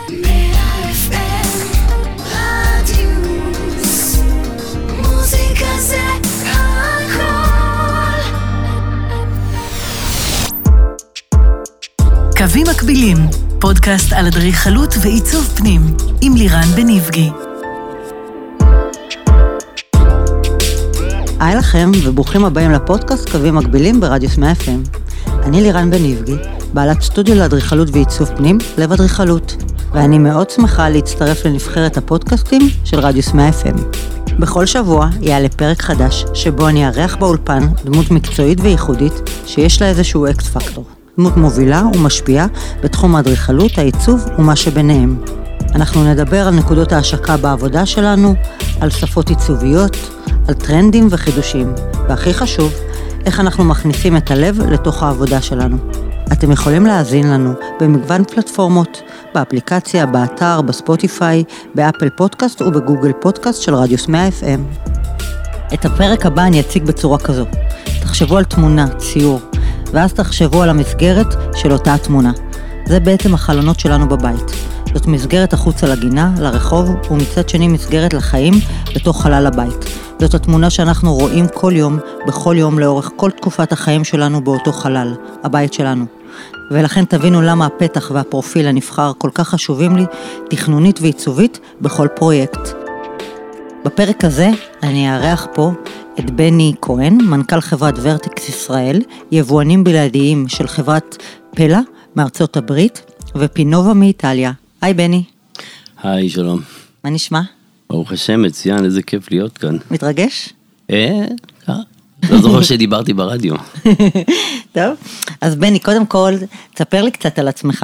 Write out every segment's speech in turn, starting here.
קווים מקבילים, פודקאסט על אדריכלות ועיצוב פנים, עם לירן בניבגי. היי לכם וברוכים הבאים לפודקאסט קווים מקבילים ברדיוס 100 FM. אני לירן בניבגי, בעלת סטודיו לאדריכלות ועיצוב פנים, לב אדריכלות, ואני מאוד שמחה להצטרף לנבחרת הפודקאסטים של רדיוס 100 FM. בכל שבוע יעלה פרק חדש שבו אני אארח באולפן דמות מקצועית וייחודית שיש לה איזשהו אקס פקטור. דמות מובילה ומשפיעה בתחום האדריכלות, העיצוב ומה שביניהם. אנחנו נדבר על נקודות ההשקה בעבודה שלנו, על שפות עיצוביות, על טרנדים וחידושים, והכי חשוב, איך אנחנו מכניסים את הלב לתוך העבודה שלנו. אתם יכולים להאזין לנו במגוון פלטפורמות, באפליקציה, באתר, בספוטיפיי, באפל פודקאסט ובגוגל פודקאסט של רדיוס 100 FM. את הפרק הבא אני אציג בצורה כזו. תחשבו על תמונה, ציור, ואז תחשבו על המסגרת של אותה התמונה. זה בעצם החלונות שלנו בבית. זאת מסגרת החוצה לגינה, לרחוב, ומצד שני מסגרת לחיים בתוך חלל הבית. זאת התמונה שאנחנו רואים כל יום, בכל יום לאורך כל תקופת החיים שלנו באותו חלל, הבית שלנו. ולכן תבינו למה הפתח והפרופיל הנבחר כל כך חשובים לי, תכנונית ועיצובית בכל פרויקט. בפרק הזה אני אארח פה את בני כהן, מנכ"ל חברת ורטקס ישראל, יבואנים בלעדיים של חברת פלה מארצות הברית, ופינובה מאיטליה. היי בני. היי, שלום. מה נשמע? ברוך השם, מצוין, איזה כיף להיות כאן. מתרגש? לא זוכר שדיברתי ברדיו. טוב, אז בני, קודם כל, תספר לי קצת על עצמך.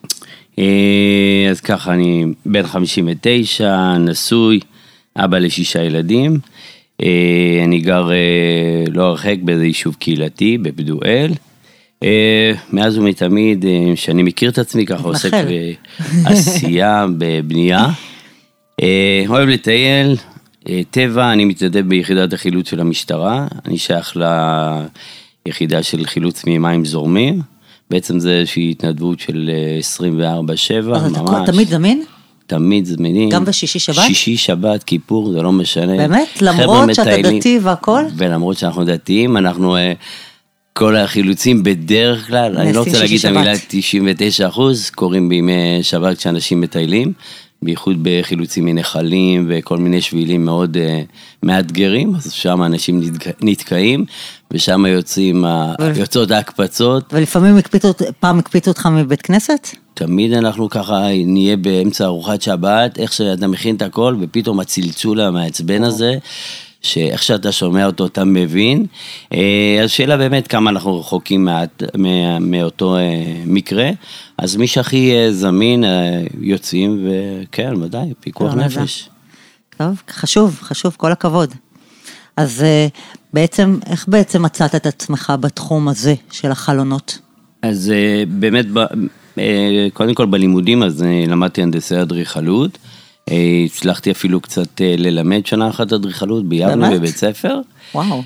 אז ככה, אני בן 59, נשוי, אבא ל6 ילדים. אני גר לא הרחק באיזה יישוב קהילתי, בבדואל. מאז ומתמיד, שאני מכיר את עצמי ככה, עוסק בעשייה, בבנייה. אוהב לטייל, טבע, אני מתנדב ביחידת החילוץ של המשטרה, אני שייך ליחידה של חילוץ ממים זורמים, בעצם זה איזושהי התנדבות של 24/7, ממש. אתה תמיד זמין? תמיד זמינים. גם בשישי שבת? שישי שבת, כיפור, זה לא משנה. באמת? למרות שאתה דתי והכל? ולמרות שאנחנו דתיים, אנחנו כל החילוצים בדרך כלל, אני לא רוצה להגיד את המילה 99%, קוראים בימי שבת כשאנשים מטיילים, בייחוד בחילוצים מנחלים וכל מיני שבילים מאוד מאתגרים, אז שם אנשים נתקעים, ושם יוצאות ההקפצות. ולפעמים פעם הקפיצו אותך מבית כנסת? תמיד אנחנו ככה נהיה באמצע ארוחת שבת, איך שאתה מכין את הכל, ופתאום הצלצול המעצבן הזה, שאיך שאתה שומע אותו, אתה מבין. אז שאלה באמת כמה אנחנו רחוקים מאותו מקרה, אז מי שהכי זמין יוצאים, וכן, ודאי, פיקוח נפש. טוב, חשוב, כל הכבוד. אז בעצם, איך בעצם מצאת את עצמך בתחום הזה של החלונות? אז באמת, קודם כל בלימודים, אז למדתי הנדסי אדריכלות, הצלחתי אפילו קצת ללמד שנה אחת אדריכלות ביבנה בבית ספר. וואו.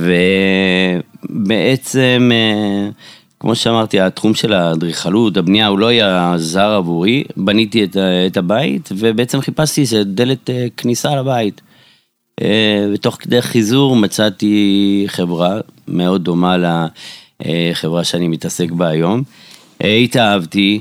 ובעצם, כמו שאמרתי, התחום של האדריכלות, הבנייה, הוא לא היה זר עבורי, בניתי את הבית, ובעצם חיפשתי איזה דלת כניסה לבית. ותוך כדי חיזור מצאתי חברה מאוד דומה לחברה שאני מתעסק בה היום. התאהבתי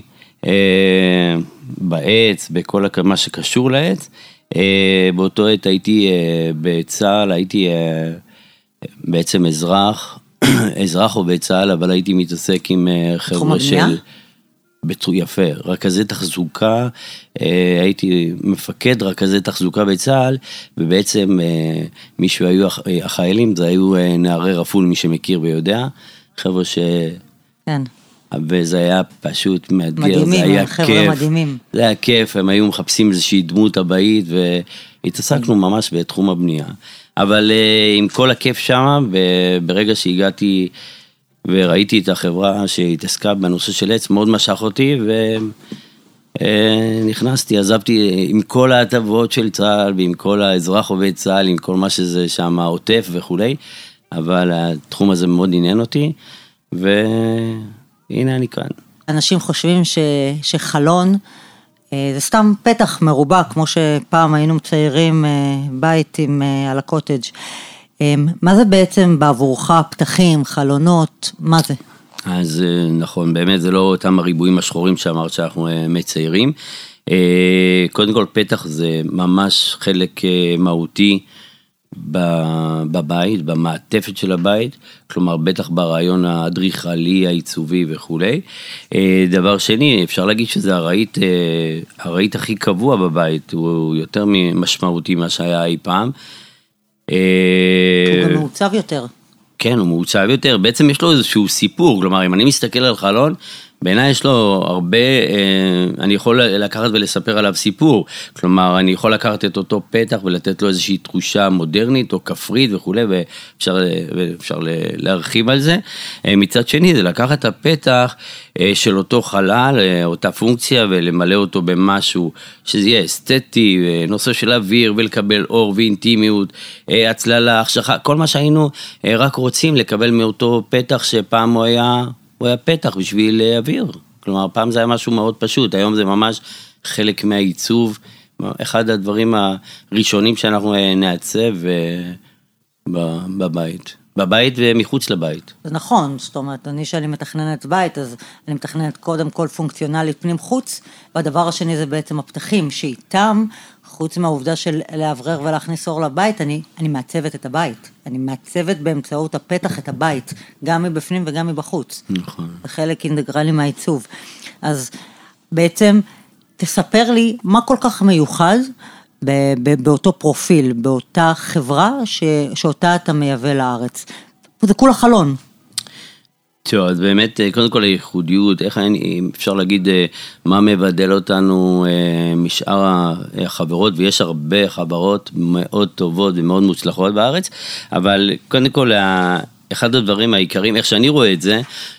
בעץ, בכל מה שקשור לעץ. באותו עת הייתי בצה"ל, הייתי בעצם אזרח או בצה"ל, אבל הייתי מתעסק עם חבר'ה של... יפה, רכזי תחזוקה, הייתי מפקד רכזי תחזוקה בצה"ל, ובעצם מי שהיו החיילים, זה היו נערי רפול, מי שמכיר ויודע, חבר'ה כן. וזה היה פשוט מאתגר, מדהימים, זה היה חבר'ה כיף, מדהימים. זה היה כיף, הם היו מחפשים איזושהי דמות הבית, והתעסקנו ממש בתחום הבנייה, אבל עם כל הכיף שם, וברגע שהגעתי, וראיתי את החברה שהתעסקה בנושא של עץ, מאוד משך אותי, ונכנסתי, עזבתי עם כל ההטבות של צה"ל, ועם כל האזרח עובד צה"ל, עם כל מה שזה שם עוטף וכו', אבל התחום הזה מאוד עניין אותי, והנה אני כאן. אנשים חושבים שחלון זה סתם פתח מרובע, כמו שפעם היינו מציירים בית על הקוטג'. מה זה בעצם בעבורך, פתחים, חלונות, מה זה? אז נכון, באמת זה לא אותם הריבועים השחורים שאמרת שאנחנו מציירים. קודם כל פתח זה ממש חלק מהותי בבית, במעטפת של הבית, כלומר בטח ברעיון האדריכלי, העיצובי וכו'. דבר שני, אפשר להגיד שזה הרהיט הכי קבוע בבית, הוא יותר משמעותי מה שהיה אי פעם. הוא גם מעוצב יותר. כן, הוא מעוצב יותר, בעצם יש לו איזשהו סיפור, כלומר אם אני מסתכל על חלון, בעיניי יש לו הרבה, אני יכול לקחת ולספר עליו סיפור, כלומר אני יכול לקחת את אותו פתח ולתת לו איזושהי תחושה מודרנית או כפרית וכו', ואפשר להרחיב על זה. מצד שני זה לקחת את הפתח של אותו חלל, אותה פונקציה, ולמלא אותו במשהו שזה יהיה אסתטי, נושא של אוויר ולקבל אור ואינטימיות, הצללה, החשכה, כל מה שהיינו רק רוצים לקבל מאותו פתח שפעם הוא היה פתח בשביל אוויר. כלומר, פעם זה היה משהו מאוד פשוט, היום זה ממש חלק מהעיצוב, אחד הדברים הראשונים שאנחנו נעצב בבית. בבית ומחוץ לבית. זה נכון, זאת אומרת, שאני מתכננת בית, אז אני מתכננת קודם כל פונקציונלית פנים חוץ, והדבר השני זה בעצם הפתחים, שאיתם, חוץ מהעובדה של להברר ולהכניס אור לבית, אני מעצבת את הבית. אני מעצבת באמצעות הפתח את הבית, גם מבפנים וגם מבחוץ. נכון. זה חלק אינטגרלי מהעיצוב. אז בעצם תספר לי מה כל כך מיוחד באותו פרופיל, באותה חברה שאותה אתה מייבא לארץ. זה כולה חלון. טוב, אז באמת, קודם כל הייחודיות, איך אפשר להגיד מה מבדל אותנו משאר החברות, ויש הרבה חברות מאוד טובות ומאוד מוצלחות בארץ, אבל קודם כל, אחד הדברים העיקריים, איך שאני רואה את זה,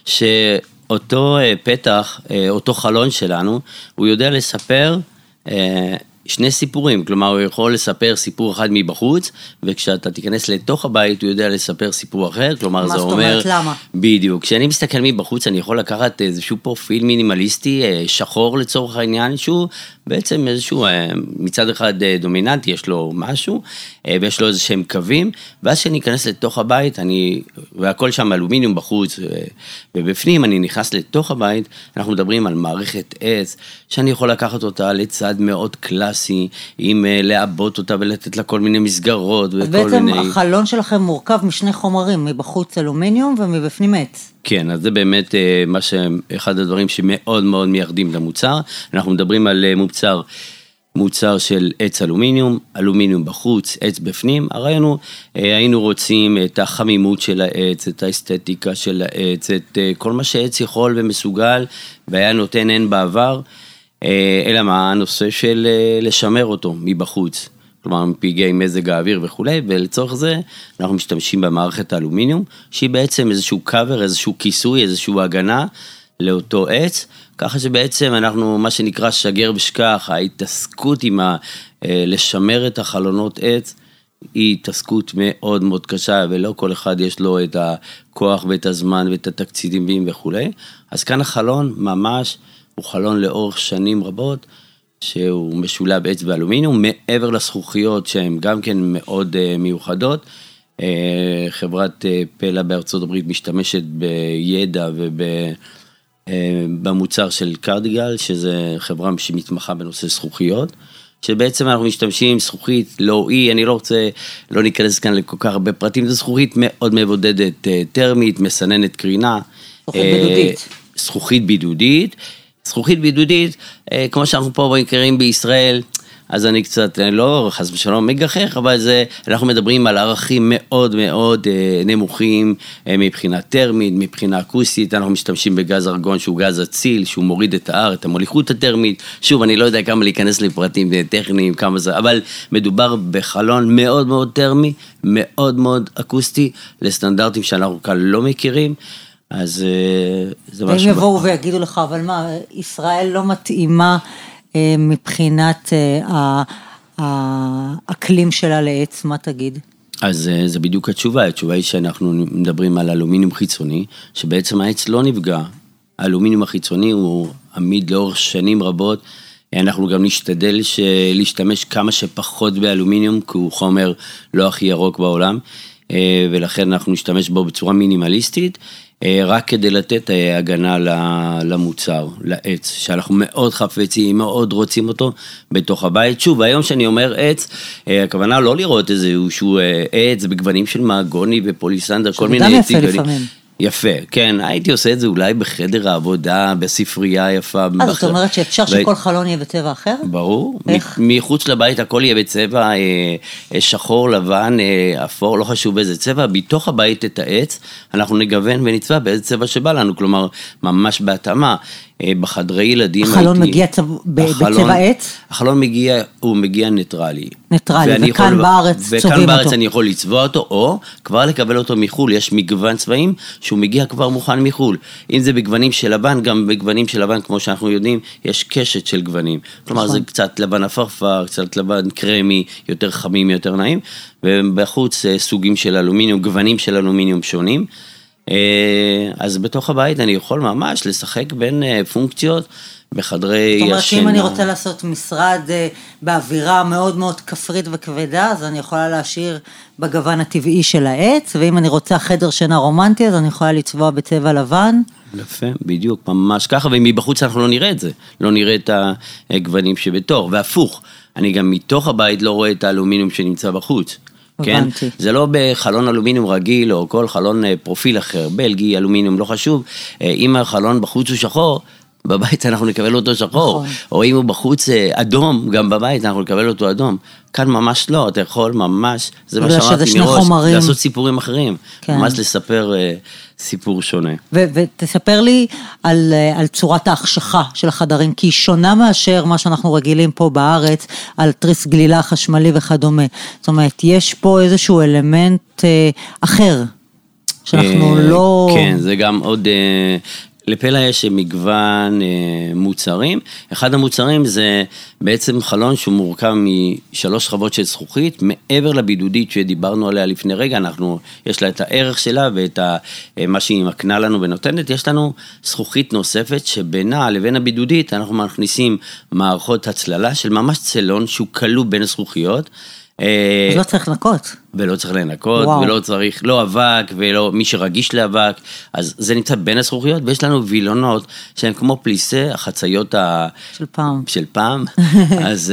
שאותו פתח, אותו חלון שלנו, הוא יודע לספר שני סיפורים, כלומר הוא יכול לספר סיפור אחד מבחוץ, וכשאתה תיכנס לתוך הבית הוא יודע לספר סיפור אחר, כלומר זה אומר, למה? בדיוק, כשאני מסתכל מבחוץ אני יכול לקחת איזשהו פרופיל מינימליסטי, שחור לצורך העניין, שהוא בעצם איזשהו מצד אחד דומיננטי, יש לו משהו, ויש לו איזשהם קווים, ואז שאני אכנס לתוך הבית, והכל שם אלומיניום בחוץ, ובפנים אני נכנס לתוך הבית, אנחנו מדברים על מערכת עץ, שאני יכול לקחת אותה לצד מאוד קלאסי, עם לעבות אותה ולתת לה כל מיני מסגרות. אז בעצם החלון שלכם מורכב משני חומרים, מבחוץ אלומיניום ומבפנים עץ. כן, אז זה באמת אחד הדברים שמאוד מאוד מייחדים למוצר. אנחנו מדברים על מוצר של עץ אלומיניום, אלומיניום בחוץ, עץ בפנים. הרעיון היינו רוצים את החמימות של העץ, את האסתטיקה של העץ, את כל מה שעץ יכול ומסוגל, והיה נותן הן בעבר, אלא מה הנושא של לשמר אותו מבחוץ. כלומר, מפגעי מזג האוויר וכו', ולצורך זה אנחנו משתמשים במערכת האלומיניום, שהיא בעצם איזשהו קאבר, איזשהו כיסוי, איזשהו הגנה לאותו עץ, ככה שבעצם אנחנו, מה שנקרא שגר ושכח, ההתעסקות עם לשמר את החלונות עץ, היא התעסקות מאוד מאוד קשה, ולא כל אחד יש לו את הכוח ואת הזמן ואת התקציבים וכו'. אז כאן החלון ממש הוא חלון לאורך שנים רבות, שהוא משולב עץ ואלומיניום, מעבר לזכוכיות שהן גם כן מאוד מיוחדות. חברת פלא בארצות הברית משתמשת בידע ובמוצר של קרדיגל, שזה חברה שמתמחה בנושא זכוכיות, שבעצם אנחנו משתמשים עם זכוכית לא אי, אני לא ניכנס כאן לכל כך הרבה פרטים, זו זכוכית מאוד מבודדת טרמית, מסננת קרינה. זכוכית בידודית. זכוכית בידודית, כמו שאנחנו פה מכירים בישראל, אז אני קצת, לא חס ושלום מגחך, אבל אנחנו מדברים על ערכים מאוד מאוד נמוכים, מבחינה טרמית, מבחינה אקוסטית, אנחנו משתמשים בגז ארגון שהוא גז אציל, שהוא מוריד את ההר, את המוליכות הטרמית, שוב, אני לא יודע כמה להיכנס לפרטים טכניים, כמה זה, אבל מדובר בחלון מאוד מאוד טרמי, מאוד מאוד אקוסטי, לסטנדרטים שאנחנו כאן לא מכירים, אז זה משהו. הם יבואו ויגידו לך, אבל מה, ישראל לא מתאימה מבחינת האקלים שלה לעץ, מה תגיד? אז זה בדיוק התשובה היא שאנחנו מדברים על אלומיניום חיצוני, שבעצם העץ לא נפגע, האלומיניום החיצוני הוא עמיד לאורך שנים רבות, אנחנו גם נשתדל להשתמש כמה שפחות באלומיניום, כי הוא חומר לא הכי ירוק בעולם, ולכן אנחנו נשתמש בו בצורה מינימליסטית, רק כדי לתת הגנה למוצר, לעץ, שאנחנו מאוד חפצים, מאוד רוצים אותו בתוך הבית. שוב, היום שאני אומר עץ, הכוונה לא לראות איזשהו עץ בגוונים של מאגוני ופוליסנדר, כל מיני עצים. יפה לפעמים. יפה, כן, הייתי עושה את זה אולי בחדר העבודה, בספרייה יפה. אז זאת אומרת שאפשר שכל חלון יהיה בצבע אחר? ברור, מחוץ לבית הכל יהיה בצבע שחור, לבן, אפור, לא חשוב באיזה צבע, בתוך הבית את העץ, אנחנו נגוון ונצבע באיזה צבע שבא לנו, כלומר, ממש בהתאמה. בחדרי ילדים החלון מגיע בצבע עץ? החלון מגיע ניטרלי. ניטרלי, וכאן בארץ צובעים אותו. וכאן בארץ אני יכול לצבוע אותו, או כבר לקבל אותו מחול, יש מגוון צבעים שהוא מגיע כבר מוכן מחול. אם זה בגוונים של לבן, גם בגוונים של לבן, כמו שאנחנו יודעים, יש קשת של גוונים. כלומר, זה קצת לבן אפרפר, קצת לבן קרמי, יותר חמים, יותר נעים, ובחוץ סוגים של אלומיניום, גוונים של אלומיניום שונים. אז בתוך הבית אני יכול ממש לשחק בין פונקציות בחדרי ישנה. זאת אומרת, אם אני רוצה לעשות משרד באווירה מאוד מאוד כפרית וכבדה, אז אני יכולה להשאיר בגוון הטבעי של העץ, ואם אני רוצה חדר שינה רומנטי, אז אני יכולה לצבוע בצבע לבן. יפה, בדיוק, ממש ככה, ומבחוץ אנחנו לא נראה את זה, לא נראה את הגוונים שבתוך, והפוך, אני גם מתוך הבית לא רואה את האלומיניום שנמצא בחוץ. כן? זה לא בחלון אלומיניום רגיל או כל חלון פרופיל אחר, בלגי, אלומיניום, לא חשוב. אם החלון בחוץ הוא שחור, בבית אנחנו נקבל אותו שחור. נכון. או אם הוא בחוץ אדום, גם בבית אנחנו נקבל אותו אדום. כאן ממש לא, אתה יכול ממש, זה מה שאמרתי מראש, לעשות סיפורים אחרים. כן. ממש לספר סיפור שונה. ותספר לי על צורת ההחשכה של החדרים, כי היא שונה מאשר מה שאנחנו רגילים פה בארץ, על תריס גלילה חשמלי וכדומה. זאת אומרת, יש פה איזשהו אלמנט אחר, שאנחנו לא... כן, זה גם עוד... לפלא יש מגוון מוצרים, אחד המוצרים זה בעצם חלון שהוא מורכב משלוש שכבות של זכוכית, מעבר לבידודית שדיברנו עליה לפני רגע, יש לה את הערך שלה ואת מה שהיא מקנה לנו ונותנת, יש לנו זכוכית נוספת שבינה לבין הבידודית אנחנו מכניסים מערכות הצללה של ממש צלון שהוא כלוא בין הזכוכיות, אז לא צריך לנקות. ולא צריך לנקות, ולא צריך, לא אבק, ולא מי שרגיש לאבק, אז זה נמצא בין הזכוכיות, ויש לנו וילונות שהן כמו פליסה, החציות של פעם, אז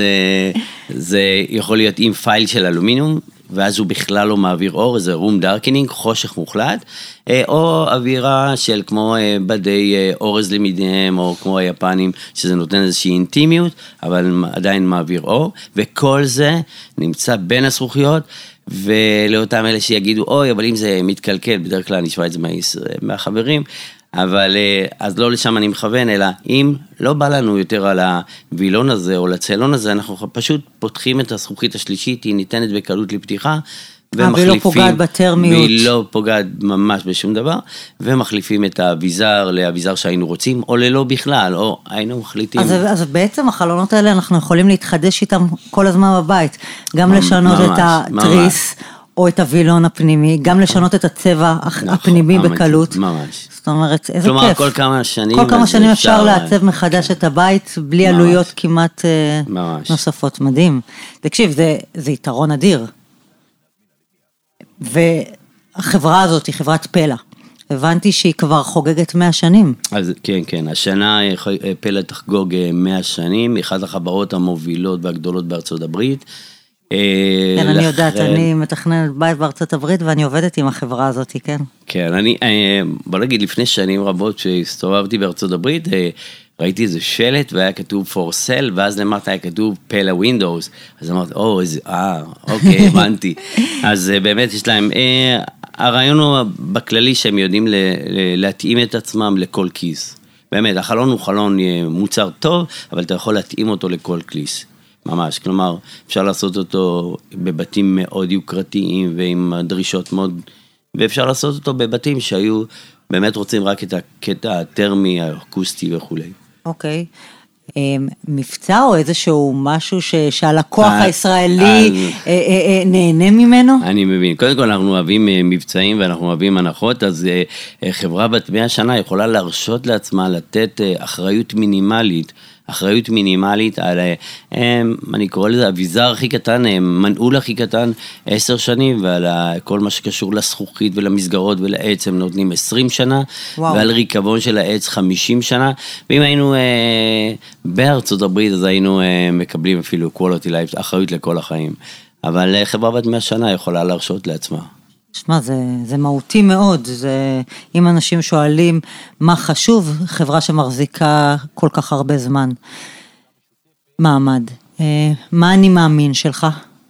זה יכול להיות עם פייל של אלומיניום, ואז הוא בכלל לא מעביר אור, זה רום דארקנינג, חושך מוחלט, או אווירה של כמו בדי אורז למידיהם, או כמו היפנים, שזה נותן איזושהי אינטימיות, אבל עדיין מעביר אור, וכל זה נמצא בין הזכוכיות, ולאותם אלה שיגידו, אוי, אבל אם זה מתקלקל, בדרך כלל נשמע את זה מהחברים, אבל אז לא לשם אני מכוון, אלא אם לא בא לנו יותר על הווילון הזה או לצלון הזה, אנחנו פשוט פותחים את הזכוכית השלישית, היא ניתנת בקלות לפתיחה, והיא לא פוגעת בטרמיות. והיא לא פוגעת ממש בשום דבר, ומחליפים את האביזר לאביזר שהיינו רוצים, או ללא בכלל, או היינו מחליטים. אז בעצם החלונות האלה אנחנו יכולים להתחדש איתם כל הזמן בבית, גם לשנות את התריס, או את הווילון הפנימי, גם לשנות את הצבע הפנימי בקלות. ממש. זאת אומרת, איזה כיף. כלומר, כל כמה שנים... כל כמה שנים אפשר לעצב מחדש את הבית, בלי עלויות כמעט נוספות. מדהים. תקשיב, זה יתרון אדיר. והחברה הזאת היא חברת פלא. הבנתי שהיא כבר חוגגת 100 שנים. אז כן. השנה פלא תחגוג 100 שנים, אחת החברות המובילות והגדולות בארצות הברית. כן, אני יודעת, אני מתכננת בית בארצות הברית, ואני עובדת עם החברה הזאת, כן? כן, בוא נגיד, לפני שנים רבות שהסתובבתי בארצות הברית, ראיתי איזה שלט, והיה כתוב for sale, ואז למטה היה כתוב פלא ווינדוס, אז אמרתי, אוקיי, הבנתי. אז באמת יש להם, הרעיון הוא בכללי שהם יודעים להתאים את עצמם לכל כיס. באמת, החלון הוא חלון מוצר טוב, אבל אתה יכול להתאים אותו לכל כיס. ממש, כלומר, אפשר לעשות אותו בבתים מאוד יוקרתיים, ועם דרישות מאוד, ואפשר לעשות אותו בבתים שהיו, באמת רוצים רק את הקטע הטרמי, האקוסטי וכו'. אוקיי. מבצע או איזשהו משהו שהלקוח הישראלי נהנה ממנו? אני מבין. קודם כל אנחנו אוהבים מבצעים ואנחנו אוהבים הנחות, אז חברה בת 100 שנה יכולה להרשות לעצמה לתת אחריות מינימלית אחריות מינימלית על, אני קורא לזה, אביזר הכי קטן, מנעול הכי קטן 10 שנים, ועל כל מה שקשור לזכוכית ולמסגרות ולעץ, הם נותנים 20 שנה, וואו. ועל ריקבון של העץ 50 שנה, ואם היינו בארצות הברית, אז היינו מקבלים אפילו quality life, אחריות לכל החיים. אבל חברה בת 100 שנה יכולה להרשות לעצמה. שמע, זה מהותי מאוד, אם אנשים שואלים מה חשוב, חברה שמחזיקה כל כך הרבה זמן. מעמד, מה אני מאמין שלך?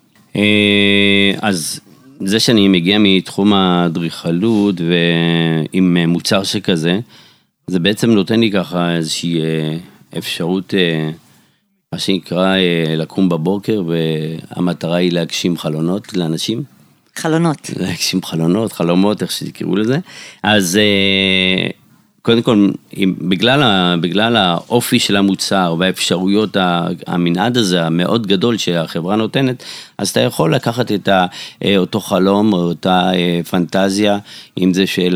אז זה שאני מגיע מתחום האדריכלות ועם מוצר שכזה, זה בעצם נותן לי ככה איזושהי אפשרות, מה שנקרא לקום בבוקר, והמטרה היא להגשים חלונות לאנשים. חלונות. להגשים חלונות, חלומות, איך שתקראו לזה. אז קודם כל, בגלל האופי של המוצר והאפשרויות, המנעד הזה המאוד גדול שהחברה נותנת, אז אתה יכול לקחת את אותו חלום או אותה פנטזיה, אם זה של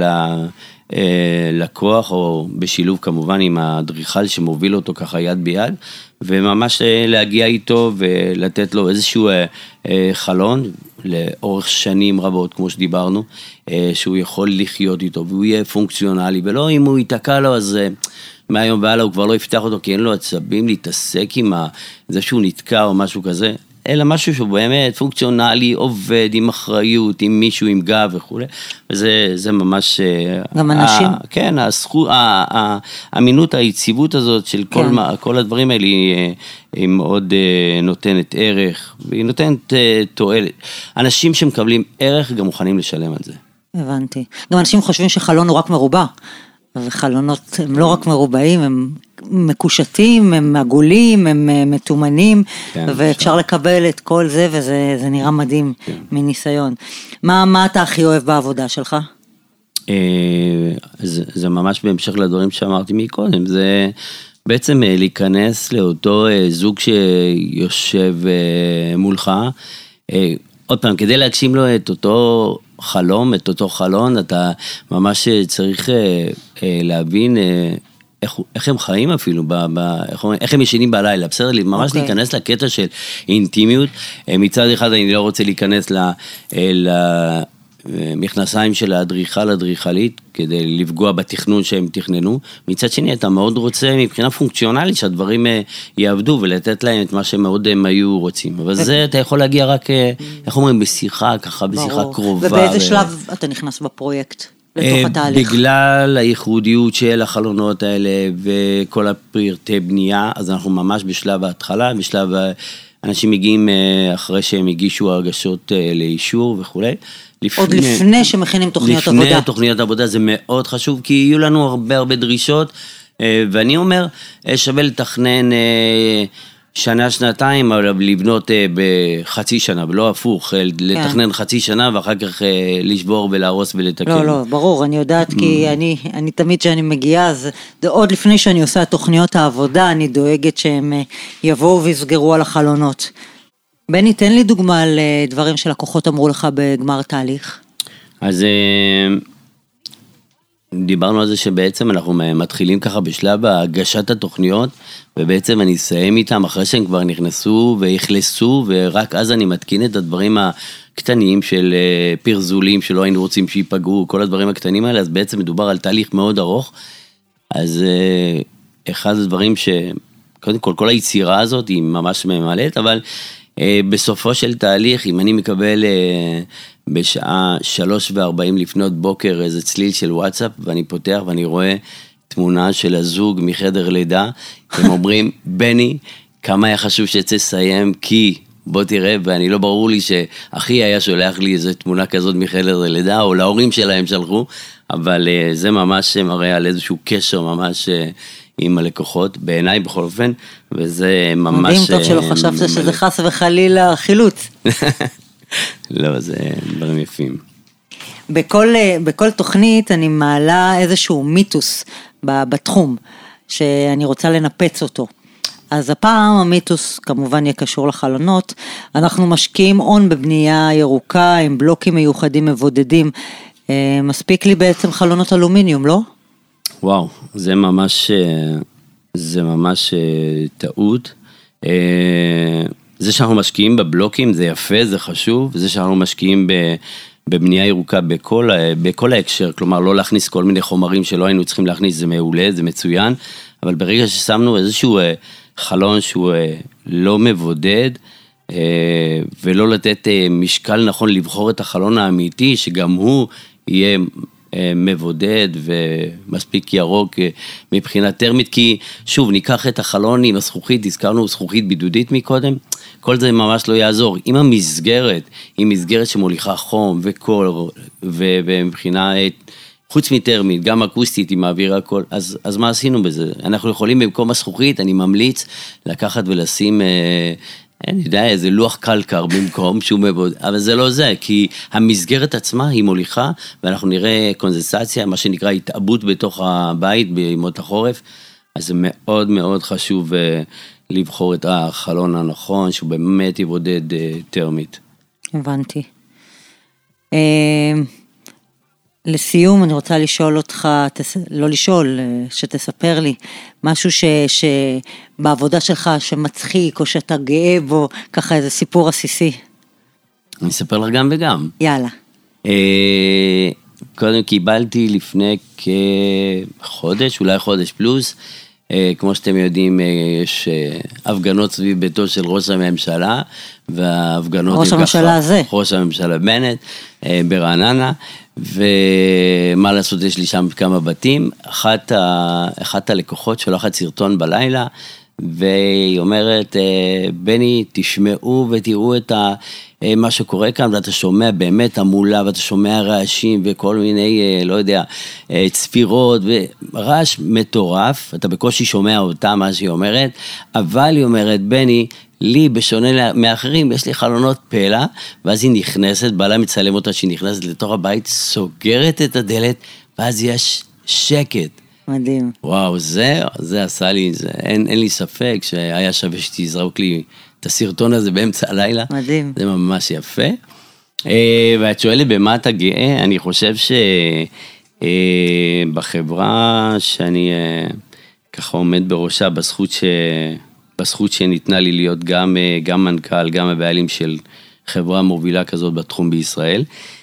לקוח, או בשילוב כמובן עם האדריכל שמוביל אותו ככה יד ביד, וממש להגיע איתו ולתת לו איזשהו חלון, לאורך שנים רבות, כמו שדיברנו, שהוא יכול לחיות איתו, והוא יהיה פונקציונלי, ולא אם הוא ייתקע לו, אז מהיום והלאה הוא כבר לא יפתח אותו, כי אין לו עצבים להתעסק עם זה שהוא נתקע או משהו כזה, אלא משהו שהוא באמת פונקציונלי, עובד עם אחריות, עם מישהו, עם גב וכו'. וזה ממש... גם אנשים? כן, האמינות, היציבות הזאת של כל הדברים האלה, היא מאוד נותנת ערך, והיא נותנת תועלת. אנשים שמקבלים ערך גם מוכנים לשלם על זה. הבנתי. גם אנשים חושבים שחלון הוא רק מרובע, וחלונות הם לא רק מרובעים, הם מקושטים, הם עגולים, הם מתומנים, כן, ואפשר לקבל את כל זה, וזה נראה מדהים, כן. מניסיון. מה אתה הכי אוהב בעבודה שלך? זה ממש בהמשך לדברים שאמרתי מקודם, זה בעצם להיכנס לאותו זוג שיושב מולך, עוד פעם, כדי להגשים לו את אותו חלום, את אותו חלון, אתה ממש צריך להבין איך הם חיים אפילו, איך הם ישנים בלילה, בסדר? ממש להיכנס לקטע של אינטימיות. מצד אחד אני לא רוצה להיכנס למכנסיים של האדריכל, אדריכלית, כדי לפגוע בתכנון שהם תכננו. מצד שני, אתה מאוד רוצה מבחינה פונקציונלית שהדברים יעבדו ולתת להם את מה שמאוד הם היו רוצים. אבל זה אתה יכול להגיע רק, איך אומרים, בשיחה, ככה בשיחה קרובה. ובאיזה שלב אתה נכנס בפרויקט? לתוך התהליך. בגלל הייחודיות של החלונות האלה וכל הפרטי בנייה, אז אנחנו ממש בשלב ההתחלה, בשלב אנשים מגיעים אחרי שהם הגישו הרגשות לאישור וכו'. עוד לפני שמכינים תוכניות עבודה. לפני תוכניות עבודה זה מאוד חשוב, כי יהיו לנו הרבה דרישות, ואני אומר, שווה לתכנן שנה, שנתיים, אבל לבנות בחצי שנה, ולא הפוך, לתכנן חצי שנה, ואחר כך לשבור ולהרוס ולתקן. לא, ברור, אני יודעת, כי אני תמיד שאני מגיעה, אז עוד לפני שאני עושה תוכניות העבודה, אני דואגת שהם יבואו ויסגרו על החלונות. בני, תן לי דוגמה על דברים שלקוחות אמרו לך בגמר תהליך. אז דיברנו על זה שבעצם אנחנו מתחילים ככה בשלב הגשת התוכניות, ובעצם אני אסיים איתם אחרי שהם כבר נכנסו והכלסו, ורק אז אני מתקין את הדברים הקטנים של פרזולים שלא היינו רוצים שיפגעו, כל הדברים הקטנים האלה, אז בעצם מדובר על תהליך מאוד ארוך. אז אחד הדברים קודם כל היצירה הזאת היא ממש ממלאת, אבל בסופו של תהליך, אם אני מקבל בשעה 3:40 לפנות בוקר איזה צליל של וואטסאפ, ואני פותח ואני רואה תמונה של הזוג מחדר לידה, הם אומרים, בני, כמה היה חשוב שצא סיים, כי בוא תראה, ואני לא ברור לי שאחי היה שולח לי איזו תמונה כזאת מחדר לידה, או להורים שלהם שלחו, אבל זה ממש מראה על איזשהו קשר ממש עם הלקוחות, בעיניי בכל אופן, וזה ממש... מדהים טוב שלא חשבת שזה חס וחלילה חילוץ. לא, זה דברים יפים. בכל תוכנית אני מעלה איזשהו מיתוס בתחום, שאני רוצה לנפץ אותו. אז הפעם המיתוס כמובן יהיה קשור לחלונות, אנחנו משקיעים הון בבנייה ירוקה, עם בלוקים מיוחדים מבודדים, מספיק לי בעצם חלונות אלומיניום, לא? וואו, זה ממש, זה ממש טעות. זה שאנחנו משקיעים בבלוקים, זה יפה, זה חשוב. זה שאנחנו משקיעים בבנייה ירוקה בכל ההקשר, כלומר לא להכניס כל מיני חומרים שלא היינו צריכים להכניס, זה מעולה, זה מצוין, אבל ברגע ששמנו איזשהו חלון שהוא לא מבודד, ולא לתת משקל נכון לבחור את החלון האמיתי, שגם הוא יהיה מבודד ומספיק ירוק מבחינה טרמית, כי שוב, ניקח את החלון עם הזכוכית, הזכרנו זכוכית בידודית מקודם, כל זה ממש לא יעזור. אם המסגרת, היא מסגרת שמוליכה חום וקור, ומבחינה, חוץ מטרמית, גם אקוסטית, היא מעבירה הכל, אז מה עשינו בזה? אנחנו יכולים במקום הזכוכית, אני ממליץ לקחת ולשים, אני יודע, איזה לוח קלקר במקום שהוא מבודד, אבל זה לא זה, כי המסגרת עצמה היא מוליכה, ואנחנו נראה קונדנסציה, מה שנקרא התאבות בתוך הבית, בימות החורף, אז זה מאוד מאוד חשוב לבחור את החלון הנכון, שהוא באמת יבודד טרמית. הבנתי. לסיום, אני רוצה לשאול אותך, לא לשאול, שתספר לי, משהו שבעבודה שלך שמצחיק, או שאתה גאה בו, ככה איזה סיפור עסיסי. אני אספר לך גם וגם. יאללה. קודם קיבלתי לפני כחודש, אולי חודש פלוס, כמו שאתם יודעים, יש הפגנות סביב ביתו של ראש הממשלה, וההפגנות... ראש הממשלה הזה. ראש הממשלה בנט, ברעננה, ומה לעשות, יש לי שם כמה בתים, אחת הלקוחות שולחת סרטון בלילה, והיא אומרת, בני, תשמעו ותראו את מה שקורה כאן, ואתה שומע באמת המולה, ואתה שומע רעשים וכל מיני, לא יודע, צפירות, ורעש מטורף, אתה בקושי שומע אותה, מה שהיא אומרת, אבל היא אומרת, בני, לי בשונה מאחרים, יש לי חלונות פלא, ואז היא נכנסת, בעלה מצלם אותה שהיא נכנסת לתוך הבית, סוגרת את הדלת, ואז יש שקט. מדהים. וואו, זה עשה לי, אין לי ספק שהיה שווה שתזרוק לי את הסרטון הזה באמצע הלילה. מדהים. זה ממש יפה. ואת שואלת במה אתה גאה, אני חושב שבחברה שאני ככה עומד בראשה, בזכות שניתנה לי להיות גם מנכ"ל, גם הבעלים של חברה מובילה כזאת בתחום בישראל,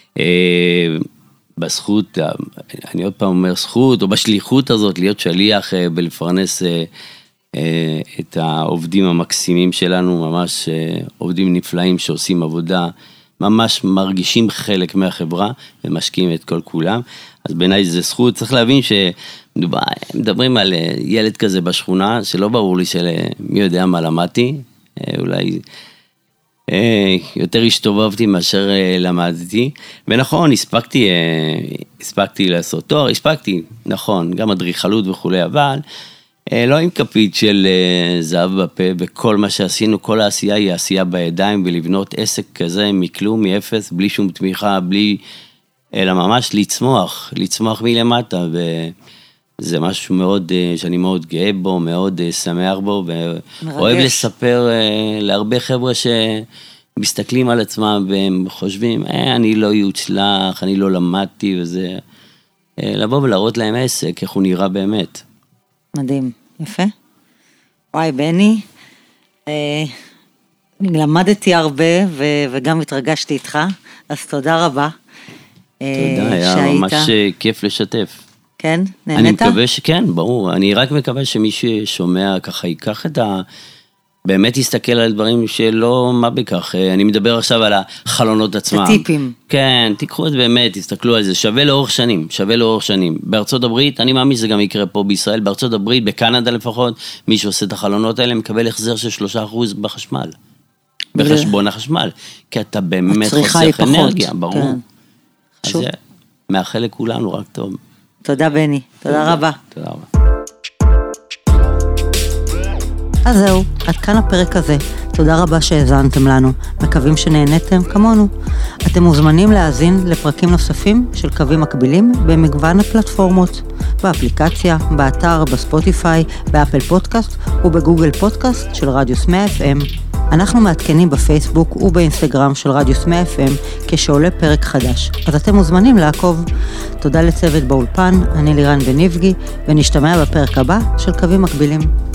בזכות, אני עוד פעם אומר זכות, או בשליחות הזאת, להיות שליח ולפרנס את העובדים המקסימים שלנו, ממש עובדים נפלאים שעושים עבודה, ממש מרגישים חלק מהחברה, ומשקיעים את כל כולם, אז בעיניי זה זכות, צריך להבין שמדברים על ילד כזה בשכונה, שלא ברור לי מי יודע מה למדתי, אולי יותר השתובבתי מאשר למדתי, ונכון, הספקתי לעשות תואר, נכון, גם אדריכלות וכולי, אבל לא עם כפית של זהב בפה, וכל מה שעשינו, כל העשייה היא עשייה בידיים, ולבנות עסק כזה מכלום, מאפס, בלי שום תמיכה, אלא ממש לצמוח מלמטה, וזה משהו מאוד, שאני מאוד גאה בו, מאוד שמח בו, ואוהב לספר להרבה חבר'ה שמסתכלים על עצמם, והם חושבים, אני לא יוצלח, אני לא למדתי, וזה, לבוא ולהראות להם עסק, איך הוא נראה באמת. מדהים, יפה. וואי, בני, למדתי הרבה, וגם התרגשתי איתך, אז תודה רבה. תודה, היה ממש כיף לשתף. כן, נהנית? אני מקווה שכן, ברור. אני רק מקווה שמי ששומע ככה ייקח באמת יסתכל על דברים שלא מה בכך. אני מדבר עכשיו על החלונות עצמם. הטיפים. כן, תיקחו את זה באמת, תסתכלו על זה. שווה לאורך שנים. בארצות הברית, אני מאמין שזה גם יקרה פה בישראל, בארצות הברית, בקנדה לפחות, מי שעושה את החלונות האלה מקבל החזר של 3% בחשמל. בחשבון החשמל. כי אתה באמת חוסך אנרגיה, ברור. אז זה מאחל לכולנו רק טוב. תודה בני, תודה רבה. תודה רבה. אז זהו, עד כאן הפרק הזה. תודה רבה שהזנתם לנו, מקווים שנהנתם כמונו. אתם מוזמנים להאזין לפרקים נוספים של קווים מקבילים במגוון הפלטפורמות, באפליקציה, באתר, בספוטיפיי, באפל פודקאסט ובגוגל פודקאסט של רדיוס 100 FM. אנחנו מעדכנים בפייסבוק ובאינסטגרם של רדיוס 100 FM כשעולה פרק חדש, אז אתם מוזמנים לעקוב. תודה לצוות באולפן, אני לירן בניבגי, ונשתמע בפרק הבא של קווים מקבילים.